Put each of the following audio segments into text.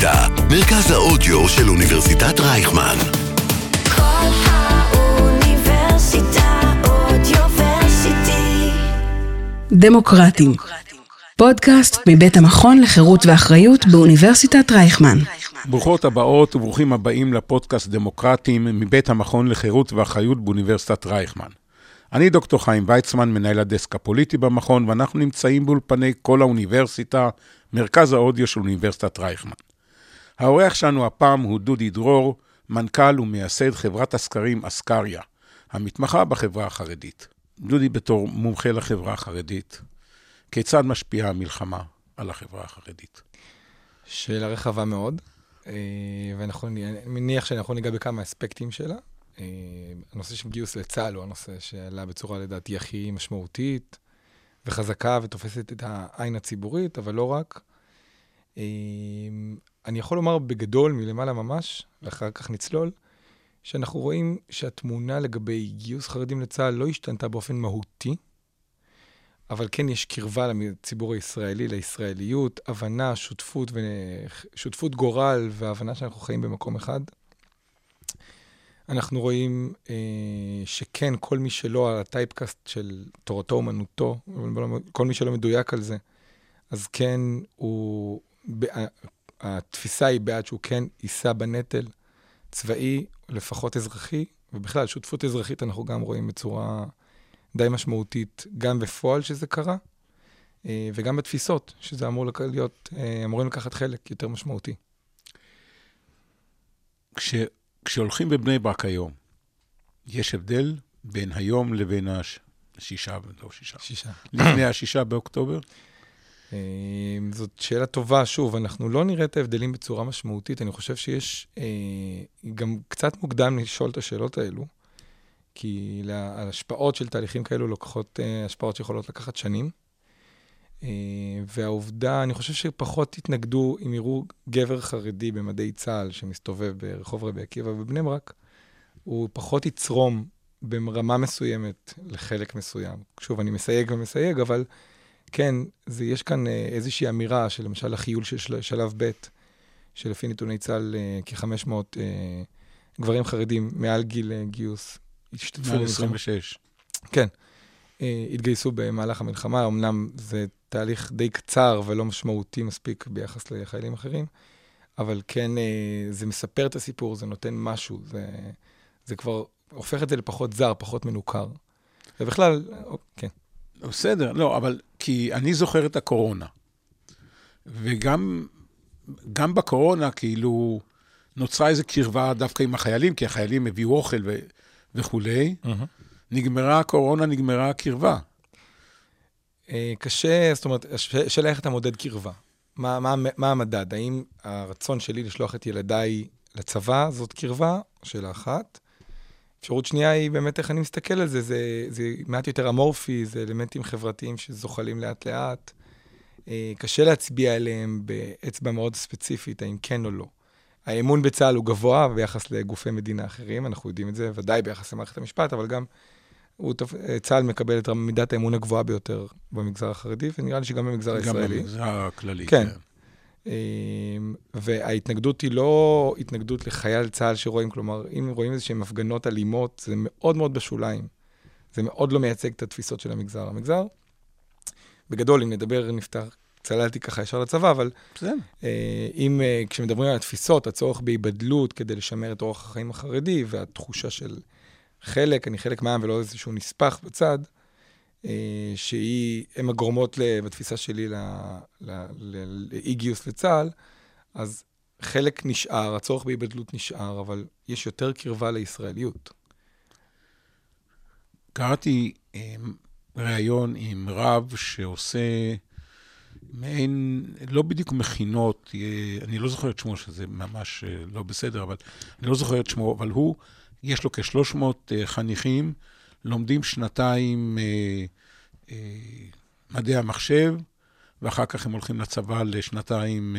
אוניברסיטה, מרכז האודיו של אוניברסיטת רייכמן. כל האוניברסיטה אודיוורסיטי. דמוקרטים. פודקאסט מבית המכון לחירות ואחריות באוניברסיטת רייכמן. ברוכות הבאות וברוכים הבאים לפודקאסט דמוקרטים מבית המכון לחירות ואחריות באוניברסיטת רייכמן. אני דוקטור חיים ויצמן, מנהל הדסק הפוליטי במכון, ואנחנו נמצאים באולפני כל האוניברסיטה, מרכז האודיו של אוניברסיטת רייכמן. האורח שלנו הפעם הוא דודי דרור, מנכ"ל ומייסד חברת הסקרים אסקריה, המתמחה בחברה החרדית. דודי, בתור מומחה לחברה החרדית, כיצד משפיעה המלחמה על החברה החרדית? שאלה רחבה מאוד, ואני מניח שאנחנו ניגע בכמה אספקטים שלה. הנושא של גיוס לצה"ל הוא הנושא שעלה בצורה לדעתי הכי משמעותית וחזקה ותופסת את העין הציבורית, אבל לא רק. אני יכול לומר בגדול מלמעלה ממש, ואחר כך נצלול, שאנחנו רואים שהתמונה לגבי גיוס חרדים לצה"ל לא השתנתה באופן מהותי, אבל כן יש קרבה לציבור הישראלי, לישראליות, הבנה, שותפות גורל והבנה שאנחנו חיים במקום אחד. אנחנו רואים שכן, כל מי שלא על הטייפקאסט של תורתו אומנותו, כל מי שלא מדויק על זה, אז כן, התפיסה היא בעד שהוא כן יישא בנטל צבאי, לפחות אזרחי, ובכלל, שותפות אזרחית אנחנו גם רואים בצורה די משמעותית, גם בפועל שזה קרה, וגם בתפיסות, שזה אמורים לקחת חלק יותר משמעותי. כשהולכים בבני ברק היום, יש הבדל בין היום לבין השישה. לפני השישה באוקטובר? זאת שאלה טובה. שוב, אנחנו לא נראה את ההבדלים בצורה משמעותית. אני חושב שיש גם קצת מוקדם לשאול את השאלות האלו, כי ההשפעות של תהליכים כאלו לוקחות השפעות שיכולות לקחת שנים. והעובדה, אני חושב שפחות התנגדו אם יראו גבר חרדי במדי צה"ל שמסתובב ברחוב רבי עקיבא בבני ברק, הוא פחות יצרום ברמה מסוימת לחלק מסוים. שוב, אני מסייג, אבל כן, יש כאן איזושהי אמירה של למשל החיול של שלב ב', שלפי נתוני צה"ל כ-500 גברים חרדים מעל גיל גיוס השתתפו במלחמה. 26. כן, התגייסו במהלך המלחמה, אמנם זה תהליך די קצר ולא משמעותי מספיק ביחס לחיילים אחרים, אבל כן, זה מספר את הסיפור, זה נותן משהו, זה כבר הופך את זה לפחות זר, פחות מנוכר. ובכלל, כן. בסדר, לא, אבל כי אני זוכר את הקורונה, וגם בקורונה כאילו נוצרה איזו קרבה דווקא עם החיילים, כי החיילים הביאו אוכל וכולי, נגמרה הקורונה, נגמרה הקרבה. קשה, זאת אומרת, שאלה איך אתה מודד קרבה. מה המדד? האם הרצון שלי לשלוח את ילדיי לצבא זאת קרבה? שאלה אחת. אפשרות שנייה היא באמת איך אני מסתכל על זה. זה מעט יותר אמורפי, זה אלמנטים חברתיים שזוחלים לאט לאט. קשה להצביע עליהם באצבע מאוד ספציפית, האם כן או לא. האמון בצה"ל הוא גבוה ביחס לגופי מדינה אחרים, אנחנו יודעים את זה, ודאי ביחס למערכת המשפט, אבל גם צה"ל מקבל את מידת האמון הגבוהה ביותר במגזר החרדי, ונראה לי שגם במגזר הישראלי. גם במגזר הכללי. כן. וההתנגדות היא לא התנגדות לחייל צה"ל שרואים, כלומר, אם רואים איזושהי הפגנות אלימות, זה מאוד מאוד בשוליים. זה מאוד לא מייצג את התפיסות של המגזר. המגזר, בגדול, אם נפתח, צללתי ככה ישר לצבא, אבל כשמדברים על התפיסות, הצורך בהיבדלות כדי לשמר את אורח החיים החרדי, והתחושה של אני חלק מהעם ולא איזשהו נספח בצד, שהן הגורמות בתפיסה שלי לאי גיוס לצה"ל, אז חלק נשאר, הצורך בהיבדלות נשאר, אבל יש יותר קרבה לישראליות. קראתי ראיון עם רב שעושה מעין, לא בדיוק מכינות, אני לא זוכר את שמו, שזה ממש לא בסדר, אבל אני לא זוכר את שמו, אבל יש לו כ-300 חניכים, לומדים שנתיים מדעי המחשב, ואחר כך הם הולכים לצבא לשנתיים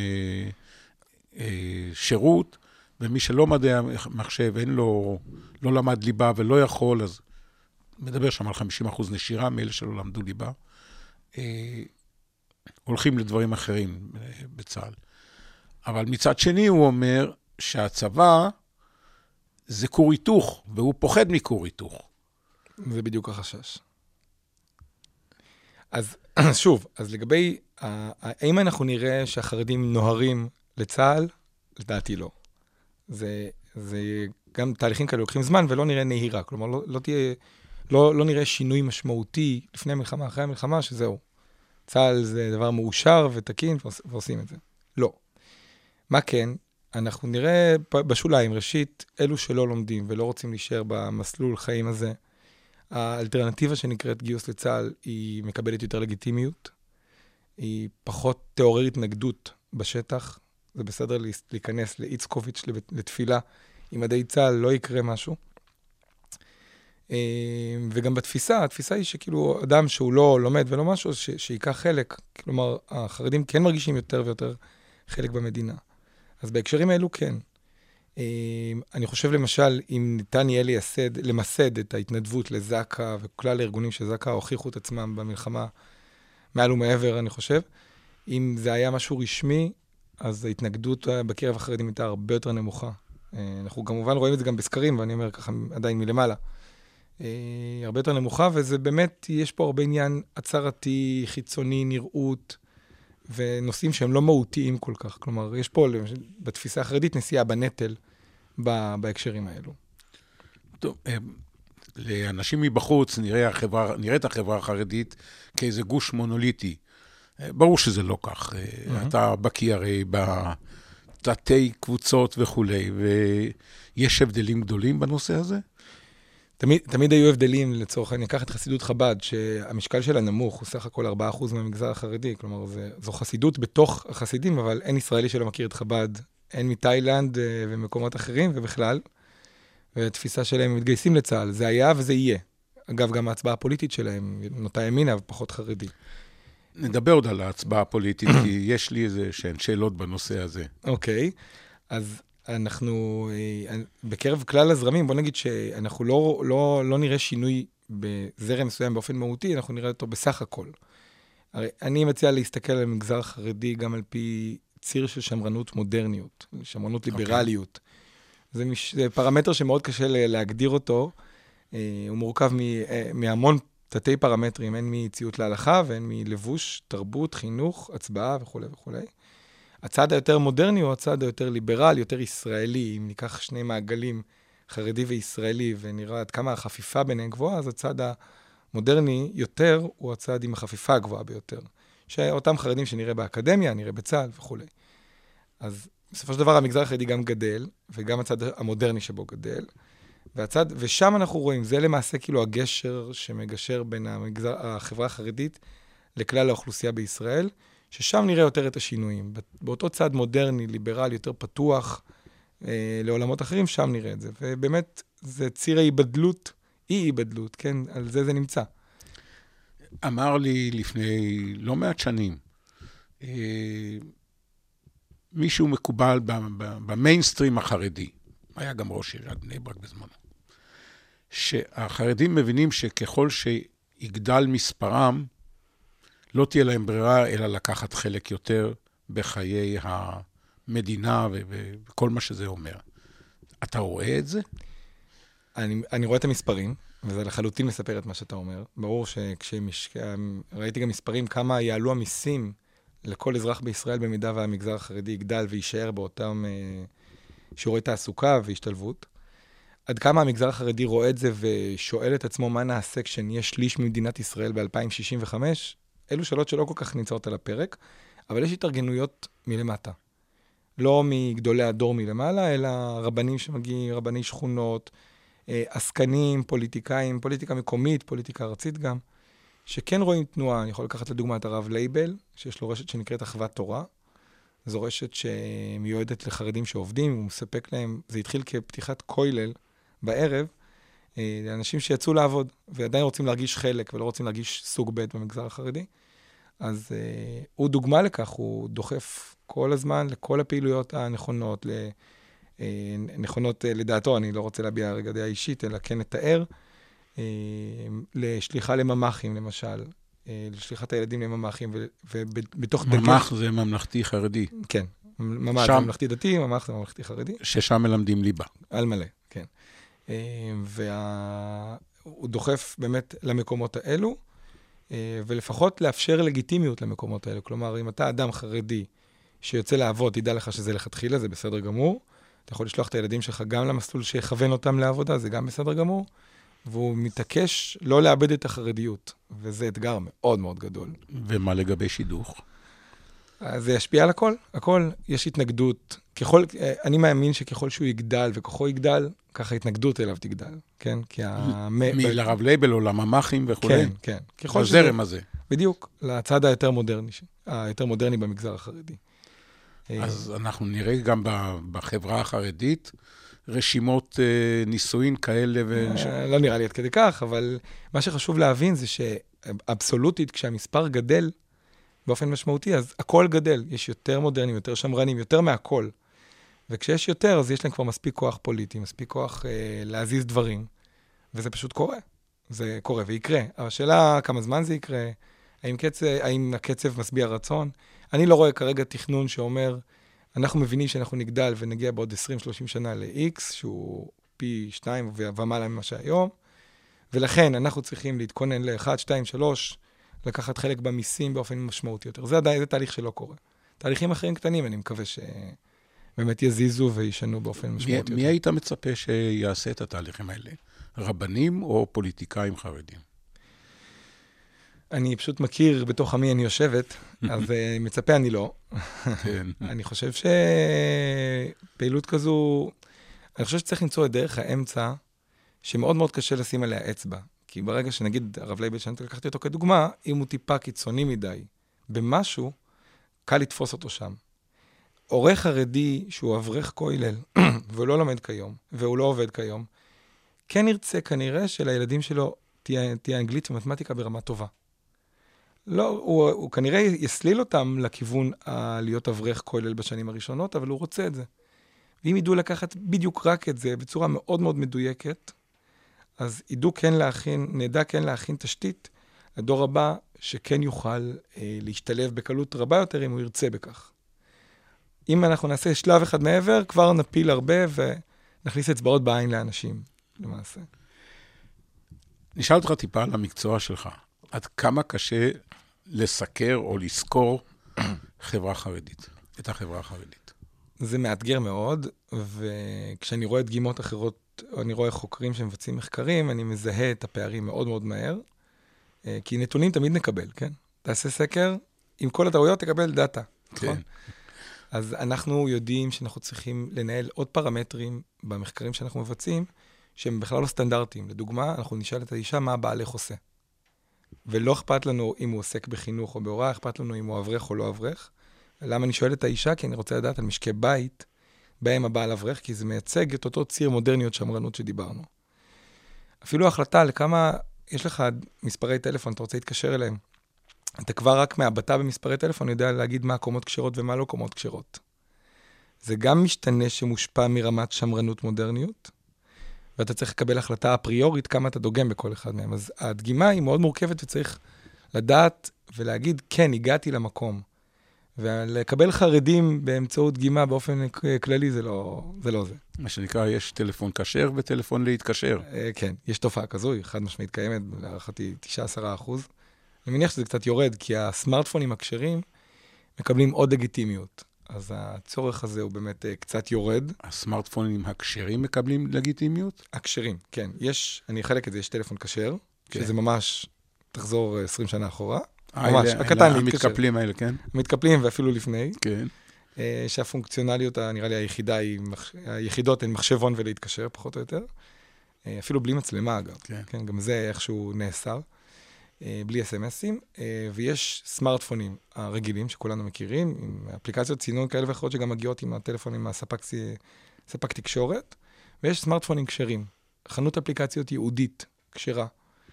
שירות, ומי שלא מדעי המחשב, אין לו, לא למד ליבה ולא יכול, אז מדבר שם על 50% נשירה, מאלה שלא למדו ליבה, הולכים לדברים אחרים בצה"ל. אבל מצד שני הוא אומר שהצבא זה כור היתוך, והוא פוחד מכור היתוך. זה בדיוק החשש. אז שוב, אז לגבי, האם אנחנו נראה שהחרדים נוהרים לצה"ל? לדעתי לא. זה גם תהליכים כאלה לוקחים זמן, ולא נראה נהירה. כלומר, לא נראה שינוי משמעותי לפני המלחמה, אחרי המלחמה, שזהו. צה"ל זה דבר מאושר ותקין, ועושים את זה. לא. מה כן? אנחנו נראה בשוליים, ראשית, אלו שלא לומדים ולא רוצים להישאר במסלול חיים הזה, האלטרנטיבה שנקראת גיוס לצה"ל היא מקבלת יותר לגיטימיות, היא פחות תעורר התנגדות בשטח, זה בסדר להיכנס לאיצקוביץ' לתפילה, עם מדי צה"ל לא יקרה משהו. וגם התפיסה היא שכאילו אדם שהוא לא לומד ולא משהו, שיקח חלק, כלומר החרדים כן מרגישים יותר ויותר חלק במדינה. אז בהקשרים האלו כן. אני חושב למשל, אם ניתן יהיה למסד את ההתנדבות לזק"א וכלל הארגונים שזק"א הוכיחו את עצמם במלחמה מעל ומעבר, אני חושב, אם זה היה משהו רשמי, אז ההתנגדות בקרב החרדים הייתה הרבה יותר נמוכה. אנחנו כמובן רואים את זה גם בסקרים, ואני אומר ככה עדיין מלמעלה. הרבה יותר נמוכה, וזה באמת, יש פה הרבה עניין הצהרתי, חיצוני, נראות, ונושאים שהם לא מהותיים כל כך. כלומר, יש פה בתפיסה החרדית נשיאה בנטל בהקשרים האלו. טוב, לאנשים מבחוץ נראית החברה החרדית כאיזה גוש מונוליטי. ברור שזה לא כך. אתה בקיא הרי בתתי קבוצות וכו', ויש הבדלים גדולים בנושא הזה? תמיד היו הבדלים, לצורך אני אקח את חסידות חב"ד, שהמשקל שלה נמוך, הוא סך הכל 4% מהמגזר החרדי, כלומר זו חסידות בתוך החסידים, אבל אין ישראלי שלא מכיר את חב"ד, אין מתאילנד ומקומות אחרים ובכלל, והתפיסה שלהם הם מתגייסים לצה"ל, זה היה וזה יהיה. אגב, גם ההצבעה הפוליטית שלהם נוטה ימינה ופחות חרדי. נדבר עוד על ההצבעה הפוליטית, כי יש לי איזה שהן שאלות בנושא הזה. אוקיי, אז אנחנו, בקרב כלל הזרמים, בוא נגיד שאנחנו לא נראה שינוי בזרם מסוים באופן מהותי, אנחנו נראה אותו בסך הכל. הרי אני מציע להסתכל על המגזר החרדי גם על פי ציר של שמרנות מודרניות, שמרנות ליברליות. זה פרמטר שמאוד קשה להגדיר אותו, הוא מורכב מהמון תתי פרמטרים, הן מציות להלכה והן מלבוש, תרבות, חינוך, הצבעה וכו' וכו'. הצד היותר מודרני הוא הצד היותר ליברלי, יותר ישראלי. אם ניקח שני מעגלים, חרדי וישראלי, ונראה עד כמה החפיפה ביניהם גבוהה, אז הצד המודרני יותר הוא הצד עם החפיפה הגבוהה ביותר. שאותם חרדים שנראה באקדמיה, נראה בצה"ל וכו'. אז בסופו של דבר המגזר החרדי גם גדל, וגם הצד המודרני שבו גדל. ושם אנחנו רואים, זה למעשה כאילו הגשר שמגשר בין החברה החרדית לכלל האוכלוסייה בישראל, ששם נראה יותר את השינויים. באותו צד מודרני, ליברלי, יותר פתוח לעולמות אחרים, שם נראה את זה. ובאמת, זה ציר ההיבדלות, אי-היבדלות, כן? על זה נמצא. אמר לי לפני לא מעט שנים, מישהו מקובל במיינסטרים החרדי, היה גם ראש עיריית בני ברק בזמנו, שהחרדים מבינים שככל שיגדל מספרם, לא תהיה להם ברירה, אלא לקחת חלק יותר בחיי המדינה וכל מה שזה אומר. אתה רואה את זה? אני רואה את המספרים, וזה לחלוטין מספר את מה שאתה אומר. ברור ראיתי גם מספרים כמה יעלו המיסים לכל אזרח בישראל במידה והמגזר החרדי יגדל ויישאר באותם שיעורי תעסוקה והשתלבות. עד כמה המגזר החרדי רואה את זה ושואל את עצמו מה נעשה כשנהיה שליש ממדינת ישראל ב-2065, אלו שאלות שלא כל כך נמצאות על הפרק, אבל יש התארגנויות מלמטה. לא מגדולי הדור מלמעלה, אלא רבנים שמגיעים, רבני שכונות, עסקנים, פוליטיקאים, פוליטיקה מקומית, פוליטיקה ארצית גם, שכן רואים תנועה. אני יכול לקחת לדוגמה את הרב לייבל, שיש לו רשת שנקראת אחוות תורה. זו רשת שמיועדת לחרדים שעובדים, הוא מספק להם, זה התחיל כפתיחת כולל בערב, לאנשים שיצאו לעבוד, ועדיין רוצים להרגיש חלק, ולא רוצים להרגיש סוג ב' במגזר החרדי. אז הוא דוגמה לכך, הוא דוחף כל הזמן לכל הפעילויות הנכונות, נכונות לדעתו, אני לא רוצה להביע רגע דעה אישית, אלא כן לתאר, לשליחה לממחים למשל, לשליחת הילדים לממחים, ובתוך ממח זה ממלכתי חרדי. כן, ממ"ד זה ממלכתי דתי, ממ"ח זה ממלכתי חרדי. ששם מלמדים ליבה. על מלא, כן. והוא דוחף באמת למקומות האלו, ולפחות לאפשר לגיטימיות למקומות האלו. כלומר, אם אתה אדם חרדי שיוצא לעבוד, תדע לך שזה לכתחילה, זה בסדר גמור. אתה יכול לשלוח את הילדים שלך גם למסלול שיכוון אותם לעבודה, זה גם בסדר גמור. והוא מתעקש לא לאבד את החרדיות, וזה אתגר מאוד מאוד גדול. ומה לגבי שידוך? אז זה ישפיע על הכל, הכל. יש התנגדות. אני מאמין שככל שהוא יגדל וכוחו יגדל, ככה התנגדות אליו תגדל, כן? לרב לייבל או לממ"חים וכו'. כן, כן. הזרם הזה. בדיוק, לצד היותר מודרני במגזר החרדי. אז אנחנו נראה גם בחברה החרדית רשימות נישואין כאלה. לא נראה לי עד כדי כך, אבל מה שחשוב להבין זה שאבסולוטית, כשהמספר גדל באופן משמעותי, אז הכל גדל. יש יותר מודרנים, יותר שמרנים, יותר מהכל. וכשיש יותר, אז יש להם כבר מספיק כוח פוליטי, מספיק כוח להזיז דברים. וזה פשוט קורה. זה קורה ויקרה. אבל השאלה כמה זמן זה יקרה, האם הקצב משביע רצון. אני לא רואה כרגע תכנון שאומר, אנחנו מבינים שאנחנו נגדל ונגיע בעוד 20-30 שנה ל-X, שהוא פי 2 ומעלה ממה שהיום, ולכן אנחנו צריכים להתכונן ל-1, 2, 3, לקחת חלק במיסים באופן משמעותי יותר. זה תהליך שלא קורה. תהליכים אחרים קטנים, אני מקווה שבאמת יזיזו וישנו באופן משמעותי יותר. מי היית מצפה שיעשה את התהליכים האלה? רבנים או פוליטיקאים חרדים? אני פשוט מכיר בתוך עמי אני יושבת, אז מצפה אני לא. כן. אני חושב שפעילות כזו, אני חושב שצריך למצוא את דרך האמצע, שמאוד מאוד קשה לשים עליה אצבע. כי ברגע שנגיד הרב לייבל, שאני לקחתי אותו כדוגמה, אם הוא טיפה קיצוני מדי במשהו, קל לתפוס אותו שם. עורך חרדי שהוא אברך כולל, והוא לא לומד כיום, והוא לא עובד כיום, כן ירצה כנראה שלילדים שלו תהיה אנגלית ומתמטיקה ברמה טובה. לא, הוא כנראה יסליל אותם לכיוון להיות אברך כולל בשנים הראשונות, אבל הוא רוצה את זה. ואם ידעו לקחת בדיוק רק את זה בצורה מאוד מאוד מדויקת, אז נדע כן להכין תשתית לדור הבא, שכן יוכל להשתלב בקלות רבה יותר אם הוא ירצה בכך. אם אנחנו נעשה שלב אחד מעבר, כבר נפיל הרבה ונכניס אצבעות בעין לאנשים, למעשה. נשאל אותך טיפה על המקצוע שלך. עד כמה קשה לסקר או לזכור חברה חרדית, את החברה החרדית? זה מאתגר מאוד, וכשאני רואה דגימות אחרות, אני רואה חוקרים שמבצעים מחקרים, אני מזהה את הפערים מאוד מאוד מהר, כי נתונים תמיד נקבל, כן? תעשה סקר, עם כל הטעויות תקבל דאטה, נכון? אז אנחנו יודעים שאנחנו צריכים לנהל עוד פרמטרים במחקרים שאנחנו מבצעים, שהם בכלל לא סטנדרטיים. לדוגמה, אנחנו נשאל את האישה מה בעלך עושה. ולא אכפת לנו אם הוא עוסק בחינוך או בהוראה, אכפת לנו אם הוא אברך או לא אברך. למה אני שואל את האישה? כי אני רוצה לדעת על משקי בית, בהם הבעל אברך, כי זה מייצג את אותו ציר מודרניות שמרנות שדיברנו. אפילו ההחלטה לכמה, יש לך מספרי טלפון, אתה רוצה להתקשר אליהם. אתה כבר רק מהבטה במספרי טלפון, יודע להגיד מה קומות כשרות ומה לא קומות כשרות. זה גם משתנה שמושפע מרמת שמרנות מודרניות, ואתה צריך לקבל החלטה אפריורית כמה אתה דוגם בכל אחד מהם. אז הדגימה היא מאוד מורכבת וצריך לדעת ולהגיד, כן, הגעתי למקום. ולקבל חרדים באמצעות דגימה באופן כללי זה לא זה. מה שנקרא, יש טלפון כשר וטלפון להתקשר. כן, יש תופעה כזו, היא חד משמעית קיימת, להערכתי 9-10%. אני מניח שזה קצת יורד, כי הסמארטפונים הכשרים מקבלים עוד לגיטימיות. אז הצורך הזה הוא באמת קצת יורד. הסמארטפונים הכשרים מקבלים לגיטימיות? הכשרים, כן. אני אחלק את זה, יש טלפון כשר, שזה ממש תחזור 20 שנה אחורה. ממש, הקטן להתקשר. המתקפלים האלה, כן? המתקפלים ואפילו לפני. כן. שהפונקציונליות, נראה לי היחידות הן מחשבון ולהתקשר, פחות או יותר. אפילו בלי מצלמה, אגב. כן, גם זה איכשהו נאסר. בלי SMSים, ויש סמארטפונים הרגילים שכולנו מכירים, עם אפליקציות צינון כאלה ואחרות שגם מגיעות עם הטלפון עם הספק תקשורת, ויש סמארטפונים כשרים, חנות אפליקציות ייעודית, כשרה.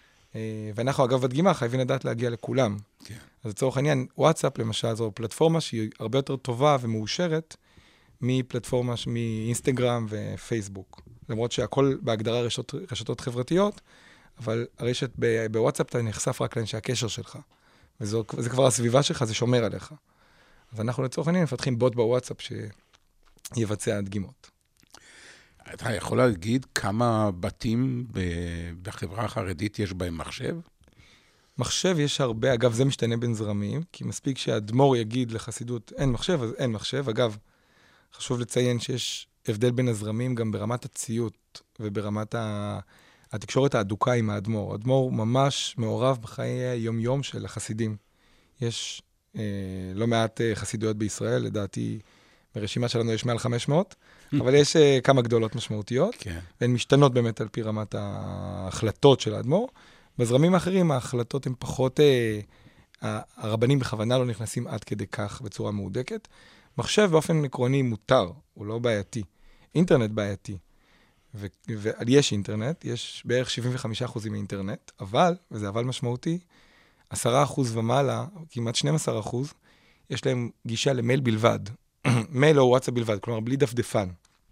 ואנחנו אגב בדגימה חייבים לדעת להגיע לכולם. כן. אז לצורך העניין, וואטסאפ למשל זו פלטפורמה שהיא הרבה יותר טובה ומאושרת מפלטפורמה מאינסטגרם ופייסבוק. למרות שהכל בהגדרה רשתות חברתיות, אבל הרשת בוואטסאפ אתה נחשף רק לאנשי הקשר שלך. וזה כבר הסביבה שלך, זה שומר עליך. אז אנחנו לצורך העניין מפתחים בוט בוואטסאפ שיבצע דגימות. אתה יכול להגיד כמה בתים בחברה החרדית יש בהם מחשב? מחשב יש הרבה, אגב, זה משתנה בין זרמים, כי מספיק שהאדמו"ר יגיד לחסידות, אין מחשב, אז אין מחשב. אגב, חשוב לציין שיש הבדל בין הזרמים גם ברמת הציות וברמת התקשורת האדוקה עם האדמו"ר. האדמו"ר ממש מעורב בחיי היום-יום של החסידים. יש לא מעט חסידויות בישראל, לדעתי ברשימה שלנו יש מעל 500, אבל יש כמה גדולות משמעותיות, והן משתנות באמת על פי רמת ההחלטות של האדמו"ר. בזרמים האחרים ההחלטות הן פחות, הרבנים בכוונה לא נכנסים עד כדי כך בצורה מהודקת. מחשב באופן עקרוני מותר, הוא לא בעייתי. אינטרנט בעייתי. ויש אינטרנט, יש בערך 75% מאינטרנט, אבל, וזה אבל משמעותי, 10% ומעלה, כמעט 12%, יש להם גישה למייל בלבד. מייל או וואטסאפ בלבד, כלומר בלי דפדפן.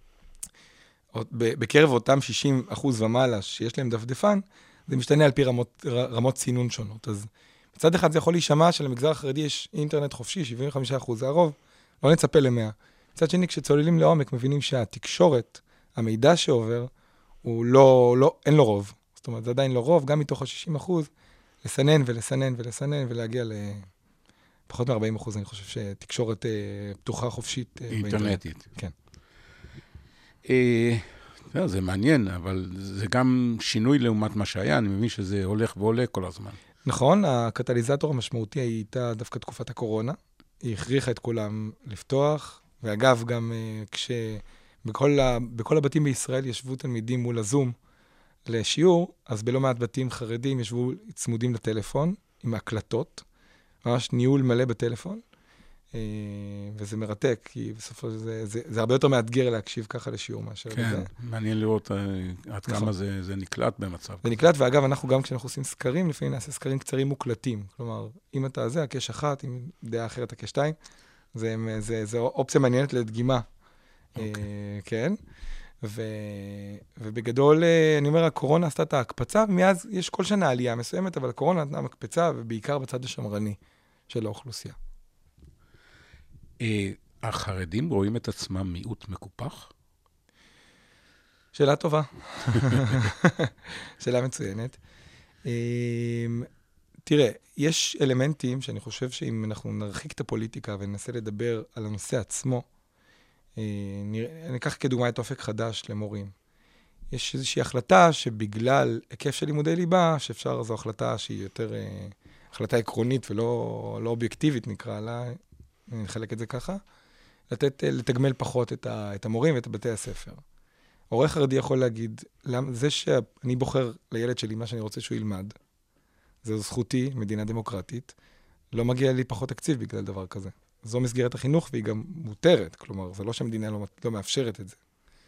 בקרב אותם 60% ומעלה שיש להם דפדפן, זה משתנה על פי רמות סינון שונות. אז מצד אחד זה יכול להישמע שלמגזר החרדי יש אינטרנט חופשי, 75%, זה הרוב, לא נצפה ל100. מצד שני, כשצוללים לעומק, מבינים שהתקשורת, המידע שעובר, הוא אין לו רוב. זאת אומרת, זה עדיין לא רוב, גם מתוך ה-60%, לסנן ולסנן ולסנן, ולהגיע לפחות מ-40%, אני חושב שתקשורת פתוחה חופשית. אינטרנטית. כן. זה מעניין, אבל זה גם שינוי לעומת מה שהיה, אני מבין שזה הולך ועולה כל הזמן. נכון, הקטליזטור המשמעותי הייתה דווקא תקופת הקורונה, היא הכריחה את כולם לפתוח, ואגב, גם בכל הבתים בישראל ישבו תלמידים מול הזום לשיעור, אז בלא מעט בתים חרדים ישבו צמודים לטלפון, עם הקלטות, ממש ניהול מלא בטלפון, וזה מרתק, כי בסופו זה הרבה יותר מאתגר להקשיב ככה לשיעור מאשר כן, לזה. מעניין לראות עד כמה זה נקלט במצב. זה נקלט, ואגב, אנחנו גם כשאנחנו עושים סקרים, לפעמים נעשה סקרים קצרים מוקלטים. כלומר, אם אתה זה, הקש 1, אם דעה אחרת הקש 2, זה אופציה מעניינת לדגימה. כן. ובגדול, אני אומר, הקורונה עשתה את ההקפצה, ומאז יש כל שנה עלייה מסוימת, אבל הקורונה נתנה מקפצה, ובעיקר בצד השמרני של האוכלוסייה. החרדים רואים את עצמם מיעוט מקופח? שאלה טובה. שאלה מצוינת. תראה, יש אלמנטים שאני חושב שאם אנחנו נרחיק את הפוליטיקה וננסה לדבר על הנושא עצמו, אני אקח כדוגמה את אופק חדש למורים. יש איזושהי החלטה שבגלל היקף של לימודי ליבה, שאפשר, זו החלטה שהיא יותר החלטה עקרונית ולא אובייקטיבית נקרא לה, אני נחלק את זה ככה, לתגמל פחות את המורים ואת בתי הספר. עורך חרדי יכול להגיד, זה שאני בוחר לילד שלי מה שאני רוצה שהוא ילמד, זו זכותי, מדינה דמוקרטית, לא מגיע לי פחות תקציב בגלל דבר כזה. זו מסגרת החינוך והיא גם מותרת, כלומר, זה לא שהמדינה לא מאפשרת את זה.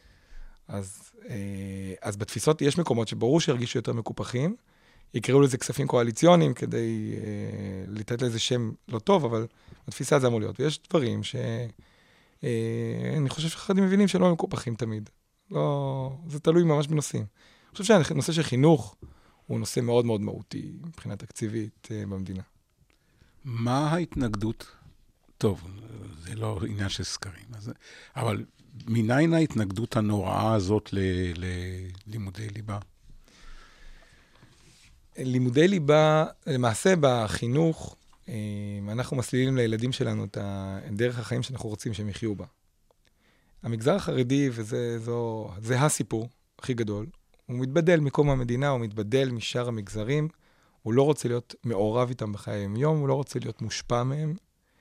אז בתפיסות יש מקומות שברור שהרגישו יותר מקופחים, יקראו לזה כספים קואליציוניים כדי לתת לזה שם לא טוב, אבל בתפיסה זה אמור להיות. ויש דברים שאני חושב שחרדים מבינים שלא מקופחים תמיד. לא, זה תלוי ממש בנושאים. אני חושב שהנושא של חינוך הוא נושא מאוד מאוד מהותי מבחינה תקציבית במדינה. מה ההתנגדות? טוב, זה לא עניין של סקרים, אבל מניין ההתנגדות הנוראה הזאת ללימודי ליבה? לימודי ליבה, למעשה בחינוך, אנחנו מסלילים לילדים שלנו את דרך החיים שאנחנו רוצים שהם יחיו בה. המגזר החרדי, וזה הסיפור הכי גדול, הוא מתבדל מקום המדינה, הוא מתבדל משאר המגזרים, הוא לא רוצה להיות מעורב איתם בחיי היום-יום, הוא לא רוצה להיות מושפע מהם,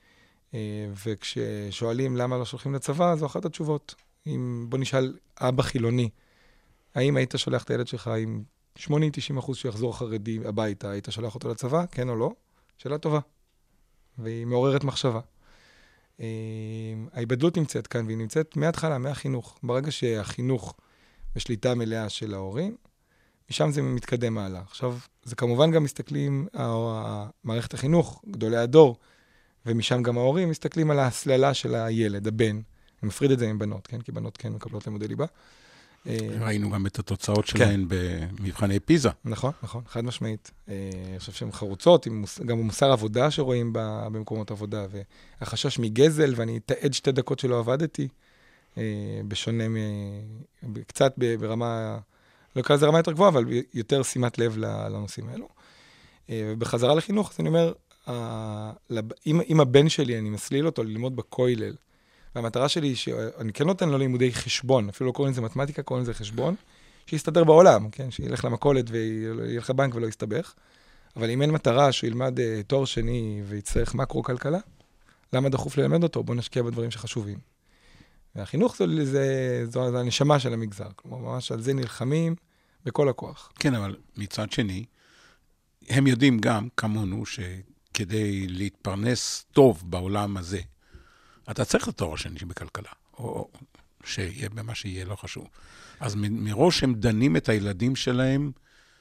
וכששואלים למה לא שולחים לצבא, זו אחת התשובות. בוא נשאל, אבא חילוני, האם היית שולח את הילד שלך עם 80-90% שיחזור חרדי הביתה, היית שולח אותו לצבא, כן או לא? שאלה טובה. והיא מעוררת מחשבה. ההיבדלות נמצאת כאן, והיא נמצאת מההתחלה, מהחינוך. ברגע שהחינוך בשליטה מלאה של ההורים, משם זה מתקדם מעלה. עכשיו, זה כמובן גם מסתכלים, מערכת החינוך, גדולי הדור, ומשם גם ההורים מסתכלים על ההסללה של הילד, הבן. אני מפריד את זה עם בנות, כן? כי בנות כן מקבלות לימודי ליבה. ראינו גם את התוצאות שלהן במבחני פיזה. נכון, חד משמעית. אני חושב שהן חרוצות, גם מוסר עבודה שרואים במקומות עבודה, והחשש מגזל, ואני אתעד 2 דקות שלא עבדתי, בשונה קצת ברמה, לא קרא לזה רמה יותר גבוהה, אבל יותר שימת לב לנושאים האלו. ובחזרה לחינוך, אז אני אומר, אם הבן שלי, אני מסליל אותו ללמוד בכולל, והמטרה שלי היא שאני כן נותן לו לימודי חשבון, אפילו לא קוראים לזה מתמטיקה, קוראים לזה חשבון, שיסתדר בעולם, כן? שילך למכולת וילך לבנק ולא יסתבך. אבל אם אין מטרה שהוא ילמד תואר שני ויצטרך מקרו-כלכלה, למה דחוף ללמד אותו? בוא נשקיע בדברים שחשובים. והחינוך זו הנשמה של המגזר. כלומר, ממש על זה נלחמים בכל הכוח. כן, אבל מצד שני, הם יודעים גם, כמונו, שכדי להתפרנס טוב בעולם הזה, אתה צריך את התואר השני בכלכלה, או שיהיה במה שיהיה, לא חשוב. אז מראש הם דנים את הילדים שלהם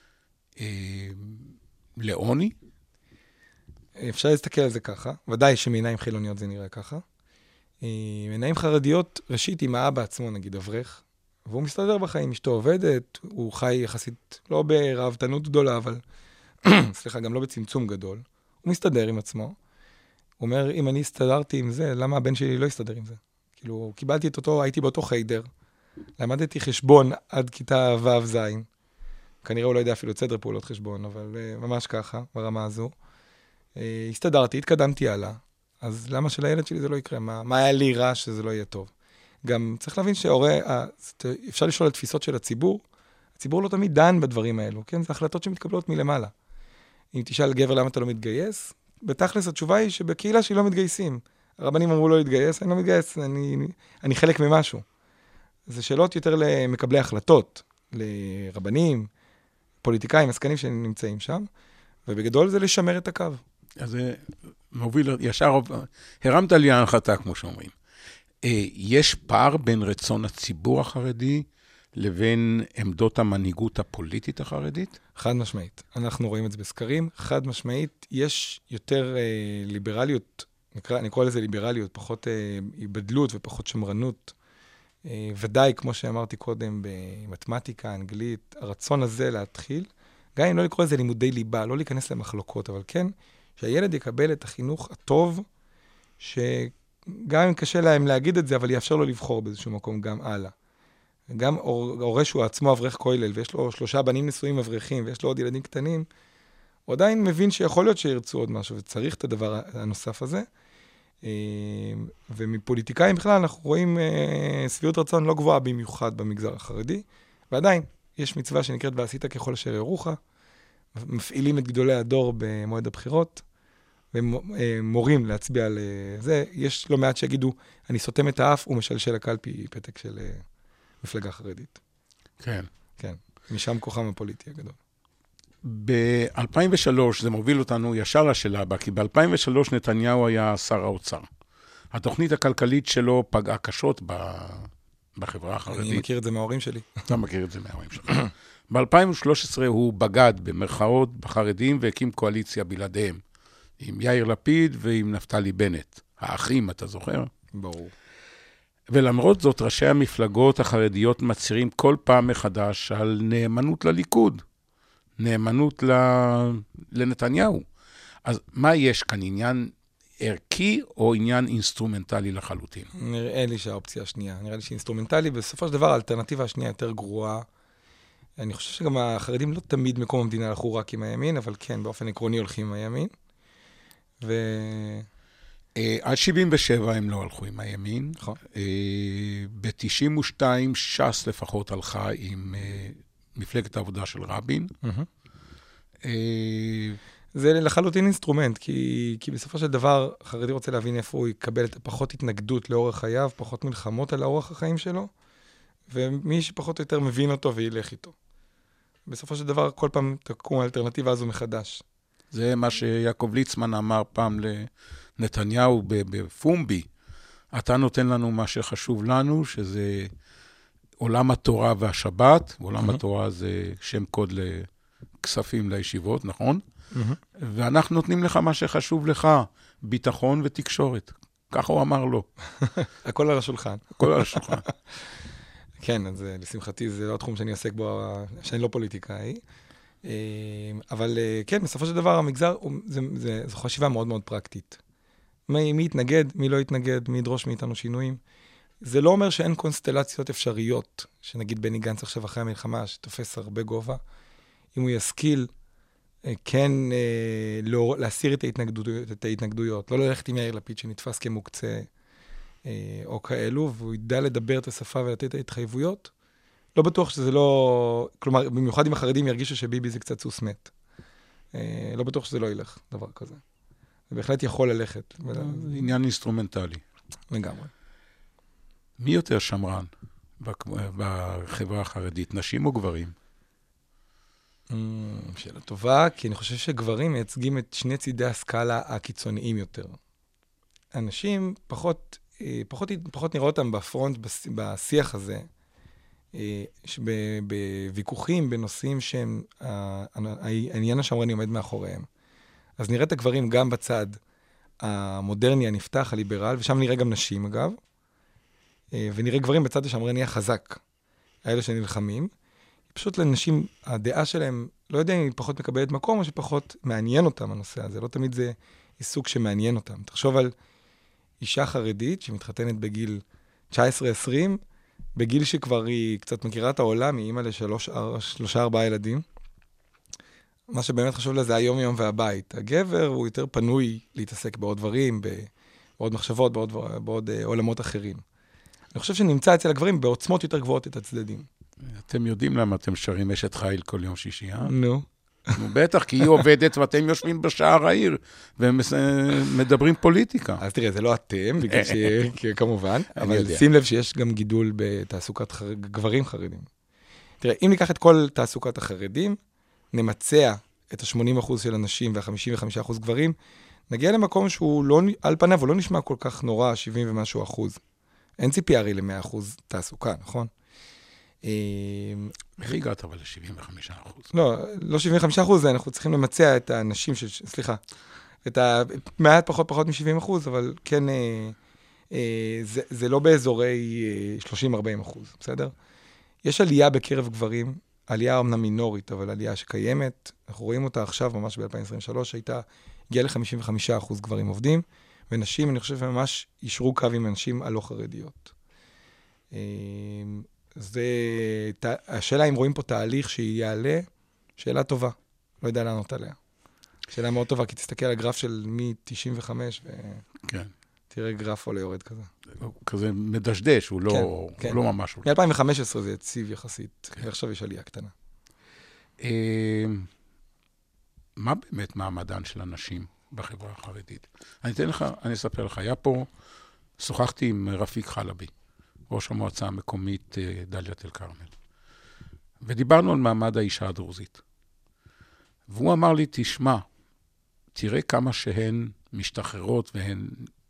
לעוני? אפשר להסתכל על זה ככה, ודאי שמעיניים חילוניות זה נראה ככה. מעיניים חרדיות, ראשית, עם האבא עצמו, נגיד אברך, והוא מסתדר בחיים, אשתו עובדת, הוא חי יחסית, לא ברעבתנות גדולה, אבל, סליחה, גם לא בצמצום גדול. הוא מסתדר עם עצמו. הוא אומר, אם אני הסתדרתי עם זה, למה הבן שלי לא הסתדר עם זה? כאילו, קיבלתי את אותו, הייתי באותו חיידר, למדתי חשבון עד כיתה ו' ז', כנראה הוא לא יודע אפילו סדר פעולות חשבון, אבל ממש ככה, ברמה הזו. הסתדרתי, התקדמתי הלאה, אז למה שלילד שלי זה לא יקרה? מה היה לי רע שזה לא יהיה טוב? גם צריך להבין אפשר לשאול על תפיסות של הציבור, הציבור לא תמיד דן בדברים האלו, כן? זה החלטות שמתקבלות מלמעלה. אם תשאל גבר למה אתה לא מתגייס, בתכלס התשובה היא שבקהילה שלי לא מתגייסים. הרבנים אמרו לא להתגייס, אני לא מתגייס, אני חלק ממשהו. זה שאלות יותר למקבלי החלטות, לרבנים, פוליטיקאים, עסקנים שנמצאים שם, ובגדול זה לשמר את הקו. אז זה מוביל, ישר הרמת לי ההנחתה, כמו שאומרים. יש פער בין רצון הציבור החרדי לבין עמדות המנהיגות הפוליטית החרדית? חד משמעית. אנחנו רואים את זה בסקרים. חד משמעית, יש יותר ליברליות, אני קורא לזה ליברליות, פחות היבדלות ופחות שמרנות. ודאי, כמו שאמרתי קודם, במתמטיקה, אנגלית, הרצון הזה להתחיל, גם אם לא לקרוא לזה לימודי ליבה, לא להיכנס למחלוקות, אבל כן, שהילד יקבל את החינוך הטוב, שגם אם קשה להם להגיד את זה, אבל יאפשר לו לבחור באיזשהו מקום גם הלאה. גם הורה שהוא עצמו אברך כולל, ויש לו 3 בנים נשואים אברכים, ויש לו עוד ילדים קטנים, הוא עדיין מבין שיכול להיות שירצו עוד משהו, וצריך את הדבר הנוסף הזה. ומפוליטיקאים בכלל אנחנו רואים סביעות רצון לא גבוהה במיוחד במגזר החרדי, ועדיין יש מצווה שנקראת ועשית ככל אשר יורוך, מפעילים את גדולי הדור במועד הבחירות, ומורים להצביע על זה. יש לא מעט שיגידו, אני סותם את האף ומשלשל הקלפי פתק של מפלגה חרדית. כן. כן, משם כוחם הפוליטי הגדול. ב-2003, זה מוביל אותנו ישר לשאלה הבאה, כי ב-2003 נתניהו היה שר האוצר. התוכנית הכלכלית שלו פגעה קשות בחברה החרדית. אני מכיר את זה מההורים שלי. אתה מכיר את זה מההורים שלי. ב-2013 הוא בגד במרכאות בחרדים והקים קואליציה בלעדיהם, עם יאיר לפיד ועם נפתלי בנט. האחים, אתה זוכר? ברור. ולמרות זאת, ראשי המפלגות החרדיות מצהירים כל פעם מחדש על נאמנות לליכוד. נאמנות לנתניהו. אז מה יש כאן? עניין ערכי או עניין אינסטרומנטלי לחלוטין? נראה לי שהאופציה השנייה. נראה לי שאינסטרומנטלי, בסופו של דבר האלטרנטיבה השנייה יותר גרועה. אני חושב שגם החרדים לא תמיד מקום המדינה הלכו רק עם הימין, אבל כן, באופן עקרוני הולכים עם הימין. עד 77 הם לא הלכו עם הימין. נכון. ב-92 ש"ס לפחות הלכה עם מפלגת העבודה של רבין. זה לחלוטין אינסטרומנט, כי בסופו של דבר, חרדי רוצה להבין איפה הוא יקבל את פחות התנגדות לאורך חייו, פחות מלחמות על האורח החיים שלו, ומי שפחות או יותר מבין אותו וילך איתו. בסופו של דבר, כל פעם תקום האלטרנטיבה הזו מחדש. זה מה שיעקב ליצמן אמר פעם לנתניהו בפומבי. אתה נותן לנו מה שחשוב לנו, שזה עולם התורה והשבת. עולם התורה זה שם קוד לכספים לישיבות, נכון? ואנחנו נותנים לך מה שחשוב לך, ביטחון ותקשורת. ככה הוא אמר לו. הכל על השולחן. הכל על השולחן. כן, אז לשמחתי זה לא התחום שאני עוסק בו, שאני לא פוליטיקאי. אבל כן, בסופו של דבר המגזר, זו חשיבה מאוד מאוד פרקטית. מי יתנגד, מי לא יתנגד, מי ידרוש מאיתנו שינויים. זה לא אומר שאין קונסטלציות אפשריות, שנגיד בני גנץ עכשיו אחרי המלחמה, שתופס הרבה גובה. אם הוא ישכיל, כן להסיר את ההתנגדויות, לא ללכת עם יאיר לפיד שנתפס כמוקצה או כאלו, והוא ידע לדבר את השפה ולתת את ההתחייבויות, לא בטוח שזה לא, כלומר, במיוחד אם החרדים ירגישו שביבי זה קצת סוס מת. לא בטוח שזה לא ילך, דבר כזה. זה בהחלט יכול ללכת. עניין אינסטרומנטלי. לגמרי. מי יותר שמרן בחברה החרדית, נשים או גברים? שאלה טובה, כי אני חושב שגברים מייצגים את שני צידי הסקאלה הקיצוניים יותר. אנשים פחות נראה אותם בפרונט, בשיח הזה, בוויכוחים, בנושאים שהם, העניין השמרני עומד מאחוריהם. אז נראה את הגברים גם בצד המודרני, הנפתח, הליברל, ושם נראה גם נשים אגב, ונראה גברים בצד השמרני החזק, האלה שנלחמים. פשוט לנשים, הדעה שלהם, לא יודע אם היא פחות מקבלת מקום, או שפחות מעניין אותם הנושא הזה. לא תמיד זה עיסוק שמעניין אותם. תחשוב על אישה חרדית שמתחתנת בגיל 19-20, בגיל שכבר היא קצת מכירה את העולם, היא אימא ל3-4 ילדים. מה שבאמת חשוב לה זה היום-יום והבית. הגבר הוא יותר פנוי להתעסק בעוד דברים, בעוד מחשבות, בעוד עולמות אחרים. אני חושב שנמצא אצל הגברים בעוצמות יותר גבוהות את הצדדים. אתם יודעים למה אתם שרים אשת חיל כל יום שישי, אה? נו. בטח, כי היא עובדת ואתם יושבים בשער העיר ומדברים פוליטיקה. אז תראה, זה לא אתם, בגלל כמובן, אבל שים לב שיש גם גידול בתעסוקת גברים חרדים. תראה, אם ניקח את כל תעסוקת החרדים, נמצע את ה-80% של הנשים וה-55% גברים, נגיע למקום שהוא לא, על פניו, הוא לא נשמע כל כך נורא, 70 ומשהו אחוז. אין ציפייה הרי ל-100% תעסוקה, נכון? איך הגעת אבל ל-75%? לא 75%, אנחנו צריכים למצע את האנשים, סליחה, את מעט פחות מ-70%, אבל כן, זה לא באזורי 30-40%, בסדר? יש עלייה בקרב גברים, עלייה אמנם מינורית, אבל עלייה שקיימת, אנחנו רואים אותה עכשיו, ממש ב-2023, הגיעה ל-55% גברים עובדים, ונשים, אני חושב שממש ישרו קו עם אנשים הלא חרדיות. השאלה אם רואים פה תהליך שיעלה, שאלה טובה, לא יודע לענות עליה. שאלה מאוד טובה, כי תסתכל על הגרף של מ-95 ותראה גרף עולה יורד כזה. כזה מדשדש, הוא לא ממש... מ-2015 זה יציב יחסית, עכשיו יש עלייה קטנה. מה באמת מעמדן של הנשים בחברה החרדית? אני אספר לך, היה פה, שוחחתי עם רפיק חלבי, ראש המועצה המקומית דליית אל כרמל. ודיברנו על מעמד האישה הדרוזית. והוא אמר לי, תשמע, תראה כמה שהן משתחררות והן...